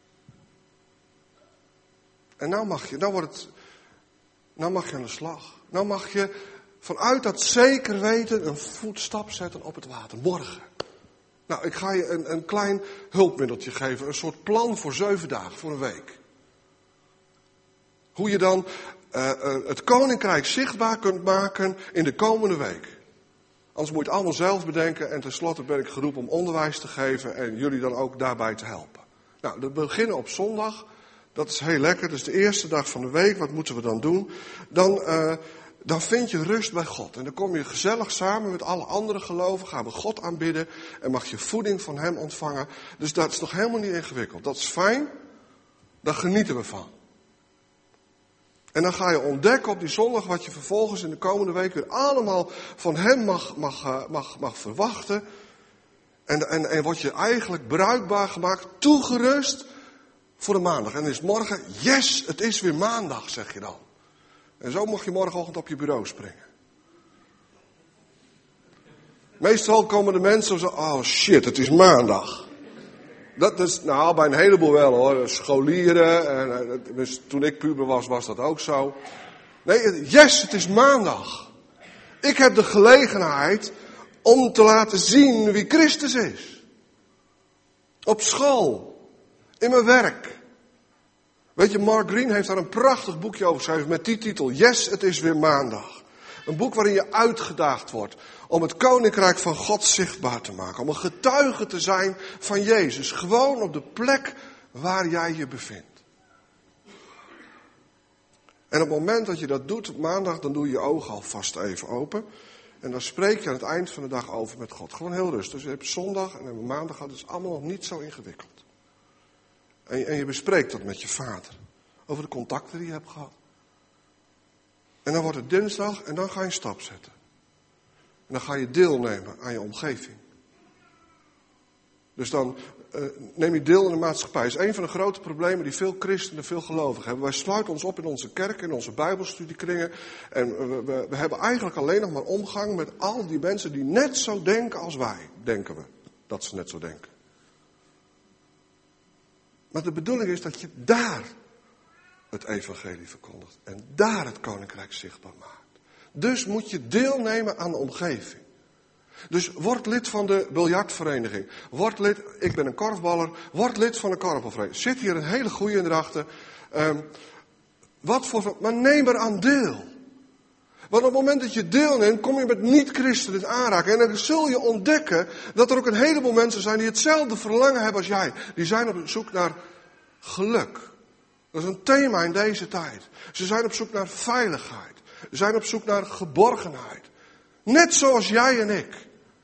En nou mag je, nou wordt het, nou mag je aan de slag. Nou mag je vanuit dat zeker weten een voetstap zetten op het water. Morgen. Nou, ik ga je een, een klein hulpmiddeltje geven. Een soort plan voor zeven dagen, voor een week. Hoe je dan uh, uh, het koninkrijk zichtbaar kunt maken in de komende week. Anders moet je het allemaal zelf bedenken. En tenslotte ben ik geroepen om onderwijs te geven en jullie dan ook daarbij te helpen. Nou, we beginnen op zondag. Dat is heel lekker. Dat is de eerste dag van de week. Wat moeten we dan doen? Dan, uh, dan vind je rust bij God. En dan kom je gezellig samen met alle andere gelovigen. Gaan we God aanbidden. En mag je voeding van hem ontvangen. Dus dat is nog helemaal niet ingewikkeld. Dat is fijn. Daar genieten we van. En dan ga je ontdekken op die zondag wat je vervolgens in de komende week weer allemaal van hem mag, mag, mag, mag verwachten. En, en, en word je eigenlijk bruikbaar gemaakt, toegerust voor de maandag. En dan is morgen, yes, het is weer maandag, zeg je dan. En zo mag je morgenochtend op je bureau springen. Meestal komen de mensen zo, oh shit, het is maandag. Dat is, nou, bij een heleboel wel hoor. Scholieren, en, dus toen ik puber was, was dat ook zo. Nee, yes, het is maandag. Ik heb de gelegenheid om te laten zien wie Christus is. Op school. In mijn werk. Weet je, Mark Green heeft daar een prachtig boekje over geschreven met die titel. Yes, het is weer maandag. Een boek waarin je uitgedaagd wordt om het koninkrijk van God zichtbaar te maken. Om een getuige te zijn van Jezus. Gewoon op de plek waar jij je bevindt. En op het moment dat je dat doet op maandag, dan doe je je ogen alvast even open. En dan spreek je aan het eind van de dag over met God. Gewoon heel rustig. Dus je hebt zondag en maandag, dat is allemaal nog niet zo ingewikkeld. En je, en je bespreekt dat met je vader. Over de contacten die je hebt gehad. En dan wordt het dinsdag en dan ga je een stap zetten. En dan ga je deelnemen aan je omgeving. Dus dan uh, neem je deel in de maatschappij. Dat is een van de grote problemen die veel christenen, veel gelovigen hebben. Wij sluiten ons op in onze kerk, in onze bijbelstudiekringen. En we, we, we hebben eigenlijk alleen nog maar omgang met al die mensen die net zo denken als wij. Denken we, dat ze net zo denken. Maar de bedoeling is dat je daar het evangelie verkondigt. En daar het koninkrijk zichtbaar maakt. Dus moet je deelnemen aan de omgeving. Dus word lid van de biljartvereniging. Word lid, ik ben een korfballer, word lid van de korfbalvereniging. Zit hier een hele goeie erachter. Um, wat voor, maar neem er aan deel. Want op het moment dat je deelneemt, kom je met niet-christenen in aanraking. En dan zul je ontdekken dat er ook een heleboel mensen zijn die hetzelfde verlangen hebben als jij. Die zijn op zoek naar geluk. Dat is een thema in deze tijd. Ze zijn op zoek naar veiligheid. Ze zijn op zoek naar geborgenheid. Net zoals jij en ik.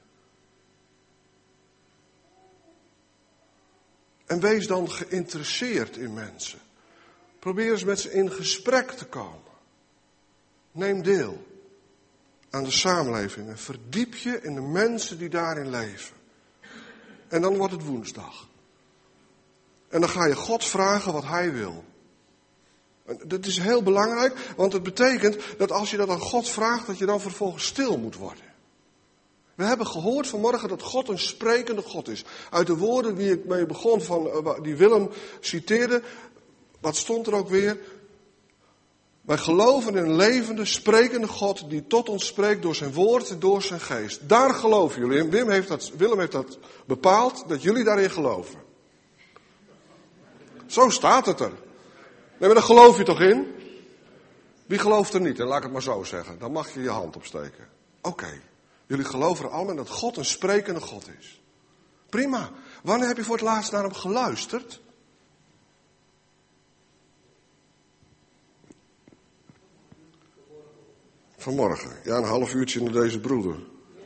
En wees dan geïnteresseerd in mensen. Probeer eens met ze in gesprek te komen. Neem deel. aan de samenleving. En verdiep je in de mensen die daarin leven. En dan wordt het woensdag. En dan ga je God vragen wat hij wil. En dat is heel belangrijk, want het betekent dat als je dat aan God vraagt, dat je dan vervolgens stil moet worden. We hebben gehoord vanmorgen dat God een sprekende God is. Uit de woorden die ik mee begon, van, die Willem citeerde, wat stond er ook weer? Wij geloven in een levende, sprekende God die tot ons spreekt door zijn woord en door zijn geest. Daar geloven jullie in. Wim heeft dat, Willem heeft dat bepaald, dat jullie daarin geloven. Zo staat het er. Nee, maar daar geloof je toch in? Wie gelooft er niet? En laat ik het maar zo zeggen. Dan mag je je hand opsteken. Oké. Okay. Jullie geloven er allemaal dat God een sprekende God is. Prima. Wanneer heb je voor het laatst naar hem geluisterd? Vanmorgen. Ja, een half uurtje naar deze broeder.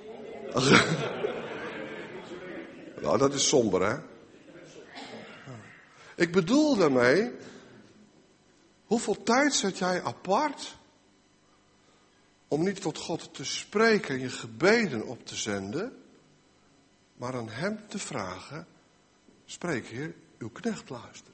Nou, dat is somber, hè? Ik bedoel daarmee, hoeveel tijd zet jij apart om niet tot God te spreken en je gebeden op te zenden, maar aan hem te vragen, spreek Heer, uw knecht luistert.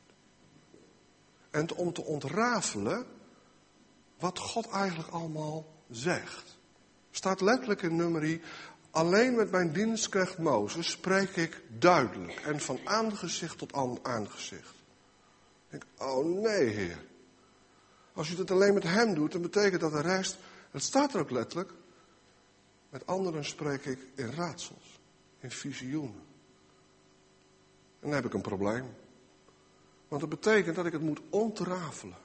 En om te ontrafelen wat God eigenlijk allemaal zegt. Staat letterlijk in nummerie, alleen met mijn dienstknecht Mozes spreek ik duidelijk en van aangezicht tot aangezicht. Ik denk, oh nee Heer. Als je het alleen met hem doet, dan betekent dat de rest, het staat er ook letterlijk, met anderen spreek ik in raadsels, in visioenen. En dan heb ik een probleem. Want dat betekent dat ik het moet ontrafelen.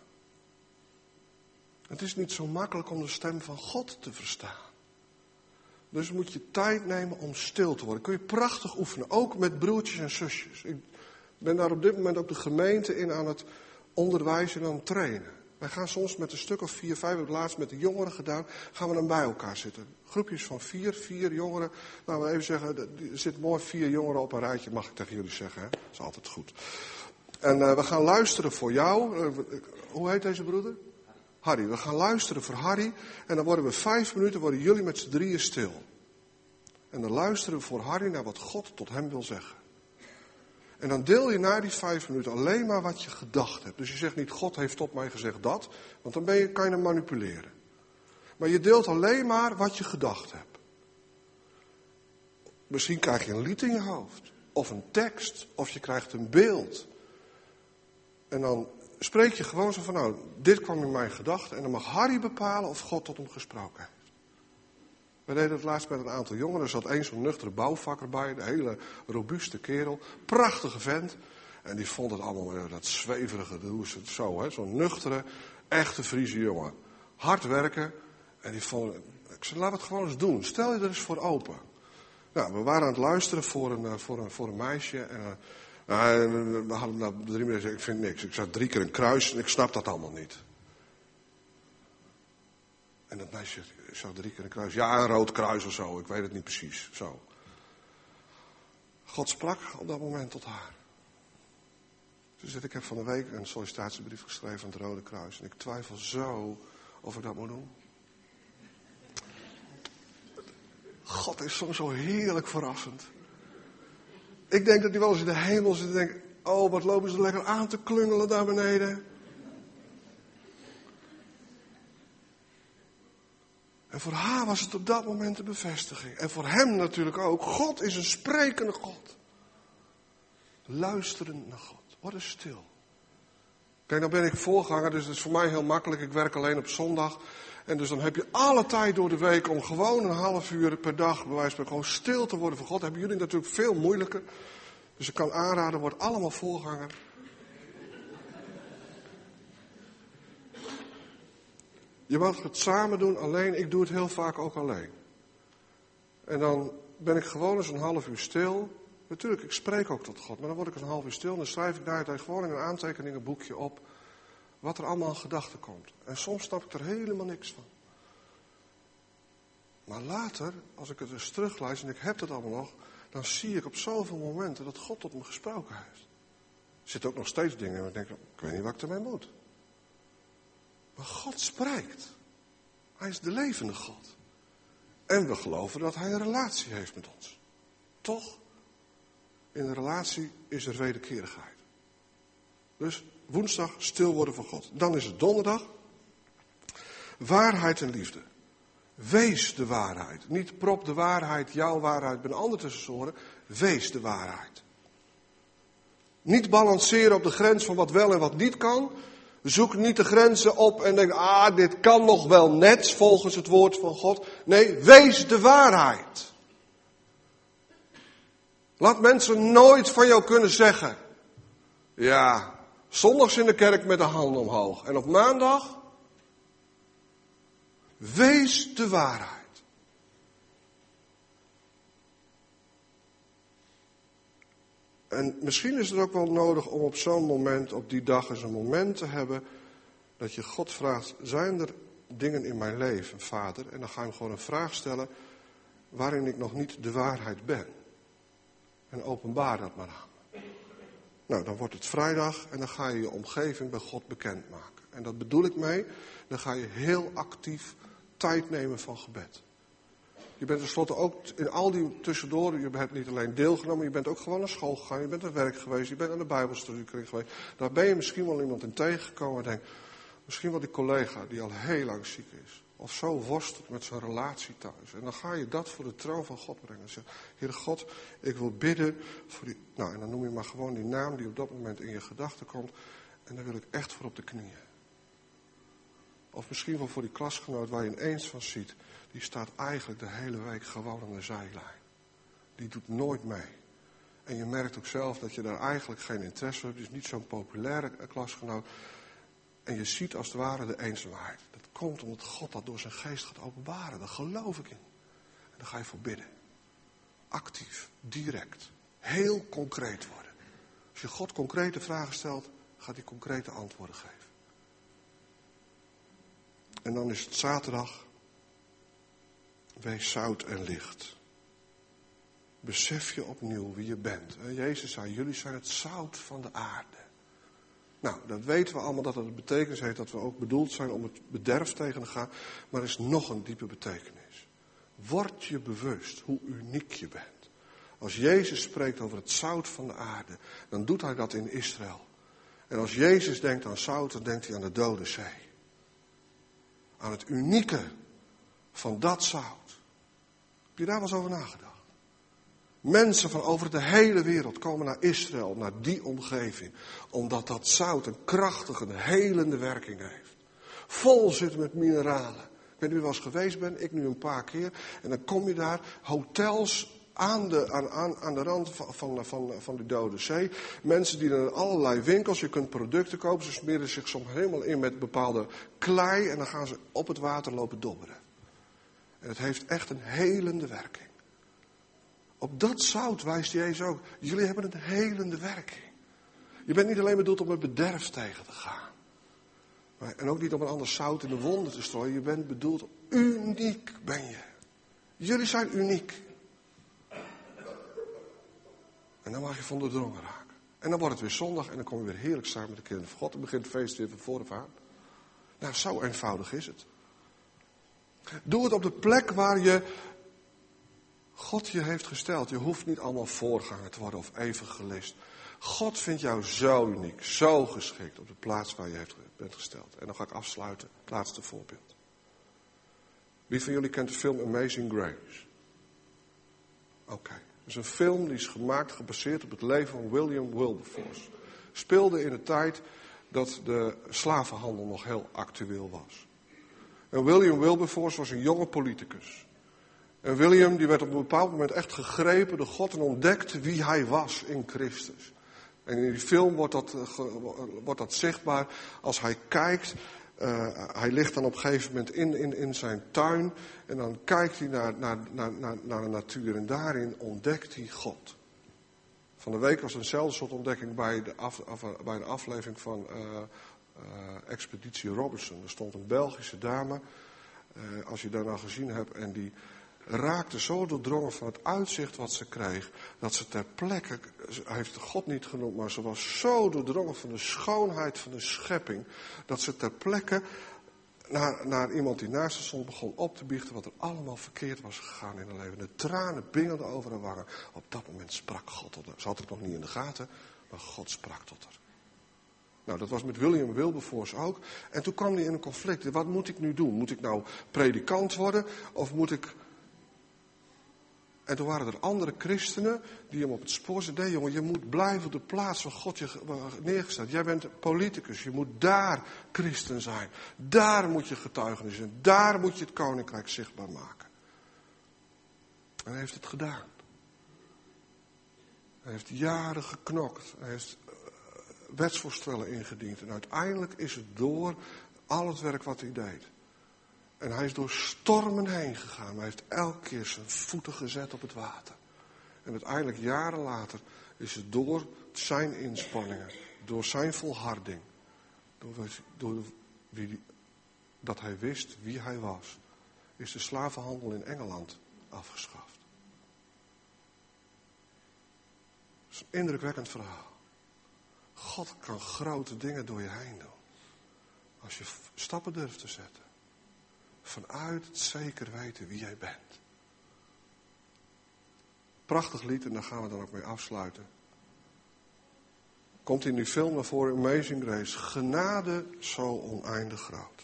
Het is niet zo makkelijk om de stem van God te verstaan. Dus moet je tijd nemen om stil te worden. Kun je prachtig oefenen, ook met broertjes en zusjes. Ik ben daar op dit moment ook de gemeente in aan het onderwijzen en aan het trainen. Wij gaan soms met een stuk of vier, vijf, hebben we het laatst met de jongeren gedaan, gaan we dan bij elkaar zitten. Groepjes van vier, vier jongeren. Laten we even zeggen, er zitten mooi vier jongeren op een rijtje, mag ik tegen jullie zeggen. Hè? Dat is altijd goed. En uh, we gaan luisteren voor jou. Uh, hoe heet deze broeder? Harry. We gaan luisteren voor Harry. En dan worden we vijf minuten, worden jullie met z'n drieën stil. En dan luisteren we voor Harry naar wat God tot hem wil zeggen. En dan deel je na die vijf minuten alleen maar wat je gedacht hebt. Dus je zegt niet, God heeft tot mij gezegd dat. Want dan ben je, kan je hem manipuleren. Maar je deelt alleen maar wat je gedacht hebt. Misschien krijg je een lied in je hoofd. Of een tekst. Of je krijgt een beeld. En dan spreek je gewoon zo van, nou, dit kwam in mijn gedachten. En dan mag Harry bepalen of God tot hem gesproken heeft. We deden het laatst met een aantal jongeren. Er zat één zo'n nuchtere bouwvakker bij. Een hele robuuste kerel. Prachtige vent. En die vond het allemaal, dat zweverige, hoe is het zo, hè? Zo'n nuchtere, echte Friese jongen. Hard werken. En die vond, ik zei, laat het gewoon eens doen. Stel je er eens voor open. Nou, we waren aan het luisteren voor een, voor een, voor een meisje. En, uh, nou, we hadden nou drie minuten gezegd, ik vind niks. Ik zag drie keer een kruis en ik snap dat allemaal niet. En dat meisje zegt, ik zag drie keer een kruis. Ja, een rood kruis of zo, ik weet het niet precies. Zo. God sprak op dat moment tot haar. Ze zegt, ik heb van de week een sollicitatiebrief geschreven aan het Rode Kruis. En ik twijfel zo of ik dat moet doen. God is soms zo heerlijk verrassend. Ik denk dat hij wel eens in de hemel zit en denkt, oh, wat lopen ze lekker aan te klungelen daar beneden. En voor haar was het op dat moment de bevestiging. En voor hem natuurlijk ook. God is een sprekende God. Luisterend naar God. Word eens stil. Kijk, dan ben ik voorganger, dus het is voor mij heel makkelijk. Ik werk alleen op zondag. En dus dan heb je alle tijd door de week om gewoon een half uur per dag, bij wijze van spreken, gewoon stil te worden voor God. Dat hebben jullie natuurlijk veel moeilijker. Dus ik kan aanraden, word allemaal voorganger. Je mag het samen doen, alleen. Ik doe het heel vaak ook alleen. En dan ben ik gewoon eens een half uur stil. Natuurlijk, ik spreek ook tot God, maar dan word ik eens een half uur stil. En dan schrijf ik daar gewoon in een aantekeningenboekje op wat er allemaal in gedachten komt. En soms snap ik er helemaal niks van. Maar later, als ik het eens terugluister en ik heb het allemaal nog, dan zie ik op zoveel momenten dat God tot me gesproken heeft. Er zitten ook nog steeds dingen en ik denk, ik weet niet wat ik ermee moet. Maar God spreekt. Hij is de levende God. En we geloven dat hij een relatie heeft met ons. Toch? In een relatie is er wederkerigheid. Dus woensdag stil worden voor God. Dan is het donderdag. Waarheid en liefde. Wees de waarheid. Niet prop de waarheid, jouw waarheid, bij een ander tussen zoren. Wees de waarheid. Niet balanceren op de grens van wat wel en wat niet kan. Zoek niet de grenzen op en denk, ah, dit kan nog wel net volgens het woord van God. Nee, wees de waarheid. Laat mensen nooit van jou kunnen zeggen, ja, zondags in de kerk met de handen omhoog. En op maandag, wees de waarheid. En misschien is het ook wel nodig om op zo'n moment, op die dag eens een moment te hebben, dat je God vraagt, zijn er dingen in mijn leven, Vader? En dan ga je hem gewoon een vraag stellen, waarin ik nog niet de waarheid ben. En openbaar dat maar aan me. Nou, dan wordt het vrijdag en dan ga je je omgeving bij God bekendmaken. En dat bedoel ik mee, dan ga je heel actief tijd nemen van gebed. Je bent tenslotte ook in al die tussendoor, je hebt niet alleen deelgenomen, je bent ook gewoon naar school gegaan, je bent naar werk geweest, je bent aan de Bijbelstudie geweest. Daar ben je misschien wel iemand in tegengekomen en denkt, misschien wel die collega die al heel lang ziek is. Of zo worstelt met zijn relatie thuis. En dan ga je dat voor de troon van God brengen. En zeg, Heere God, ik wil bidden voor die... Nou, en dan noem je maar gewoon die naam die op dat moment in je gedachten komt. En daar wil ik echt voor op de knieën. Of misschien wel voor die klasgenoot waar je ineens van ziet. Die staat eigenlijk de hele week gewoon aan de zijlijn. Die doet nooit mee. En je merkt ook zelf dat je daar eigenlijk geen interesse hebt. Dus niet zo'n populaire klasgenoot. En je ziet als het ware de eenzaamheid. Dat komt omdat God dat door zijn geest gaat openbaren. Daar geloof ik in. En daar ga je voor bidden. Actief, direct, heel concreet worden. Als je God concrete vragen stelt, gaat hij concrete antwoorden geven. En dan is het zaterdag. Wees zout en licht. Besef je opnieuw wie je bent. Jezus zei, jullie zijn het zout van de aarde. Nou, dat weten we allemaal dat het betekenis heeft dat we ook bedoeld zijn om het bederf tegen te gaan. Maar er is nog een diepe betekenis. Word je bewust hoe uniek je bent. Als Jezus spreekt over het zout van de aarde, dan doet hij dat in Israël. En als Jezus denkt aan zout, dan denkt hij aan de Dode Zee. Aan het unieke van dat zout. Heb je daar wel eens over nagedacht? Mensen van over de hele wereld komen naar Israël, naar die omgeving. Omdat dat zout een krachtige, een helende werking heeft. Vol zit met mineralen. Ik weet niet of je wel eens geweest bent, ik nu een paar keer. En dan kom je daar, hotels aan de, aan, aan, aan de rand van, van, van, van de Dode Zee. Mensen die in allerlei winkels, je kunt producten kopen. Ze smeren zich soms helemaal in met bepaalde klei. En dan gaan ze op het water lopen dobberen. En het heeft echt een helende werking. Op dat zout wijst Jezus ook. Jullie hebben een helende werking. Je bent niet alleen bedoeld om het bederf tegen te gaan. Maar, en ook niet om een ander zout in de wonden te strooien. Je bent bedoeld, uniek ben je. Jullie zijn uniek. En dan mag je van doordrongen raken. En dan wordt het weer zondag en dan kom je weer heerlijk samen met de kinderen van God. En begint het feest weer van vooraf aan. Nou, zo eenvoudig is het. Doe het op de plek waar je God je heeft gesteld. Je hoeft niet allemaal voorganger te worden of evangelist. God vindt jou zo uniek, zo geschikt op de plaats waar je heeft, bent gesteld. En dan ga ik afsluiten, het laatste voorbeeld. Wie van jullie kent de film Amazing Grace? Oké, okay. Het is een film die is gemaakt, gebaseerd op het leven van William Wilberforce. Speelde in de tijd dat de slavenhandel nog heel actueel was. En William Wilberforce was een jonge politicus. En William die werd op een bepaald moment echt gegrepen door God en ontdekte wie hij was in Christus. En in die film wordt dat, wordt dat zichtbaar als hij kijkt. Uh, hij ligt dan op een gegeven moment in, in, in zijn tuin. En dan kijkt hij naar, naar, naar, naar de natuur. En daarin ontdekt hij God. Van de week was eenzelfde soort ontdekking bij de, af, af, bij de aflevering van uh, uh, Expeditie Robinson. Er stond een Belgische dame. Uh, als je daarna gezien hebt. En die raakte zo doordrongen van het uitzicht wat ze kreeg, dat ze ter plekke, hij heeft God niet genoemd, maar ze was zo doordrongen van de schoonheid van de schepping, dat ze ter plekke naar, naar iemand die naast haar stond, begon op te biechten wat er allemaal verkeerd was gegaan in haar leven. De tranen bingelden over haar wangen. Op dat moment sprak God tot haar. Ze had het nog niet in de gaten, maar God sprak tot haar. Nou, dat was met William Wilberforce ook. En toen kwam hij in een conflict. Wat moet ik nu doen? Moet ik nou predikant worden? Of moet ik... En toen waren er andere christenen die hem op het spoor zeiden. Nee jongen, je moet blijven op de plaats waar God je neergezet. Jij bent politicus, je moet daar christen zijn. Daar moet je getuigenis zijn. Daar moet je het koninkrijk zichtbaar maken. En hij heeft het gedaan. Hij heeft jaren geknokt. Hij heeft wetsvoorstellen ingediend. En uiteindelijk is het door al het werk wat hij deed. En hij is door stormen heen gegaan. Maar hij heeft elke keer zijn voeten gezet op het water. En uiteindelijk, jaren later, is het door zijn inspanningen, door zijn volharding, door, door wie, dat hij wist wie hij was, is de slavenhandel in Engeland afgeschaft. Dat is een indrukwekkend verhaal. God kan grote dingen door je heen doen. Als je stappen durft te zetten. Vanuit het zeker weten wie jij bent. Prachtig lied en daar gaan we dan ook mee afsluiten. Komt in die film naar voren, Amazing Grace. Genade zo oneindig groot.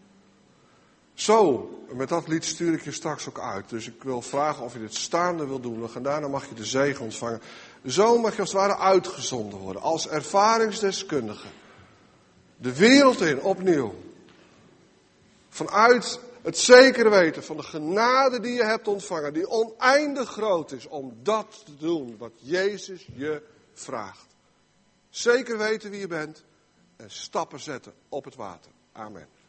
Zo, met dat lied stuur ik je straks ook uit. Dus ik wil vragen of je dit staande wil doen. En daarna mag je de zegen ontvangen. Zo mag je als het ware uitgezonden worden. Als ervaringsdeskundige. De wereld in, opnieuw. Vanuit het zekere weten van de genade die je hebt ontvangen. Die oneindig groot is om dat te doen wat Jezus je vraagt. Zeker weten wie je bent. En stappen zetten op het water. Amen.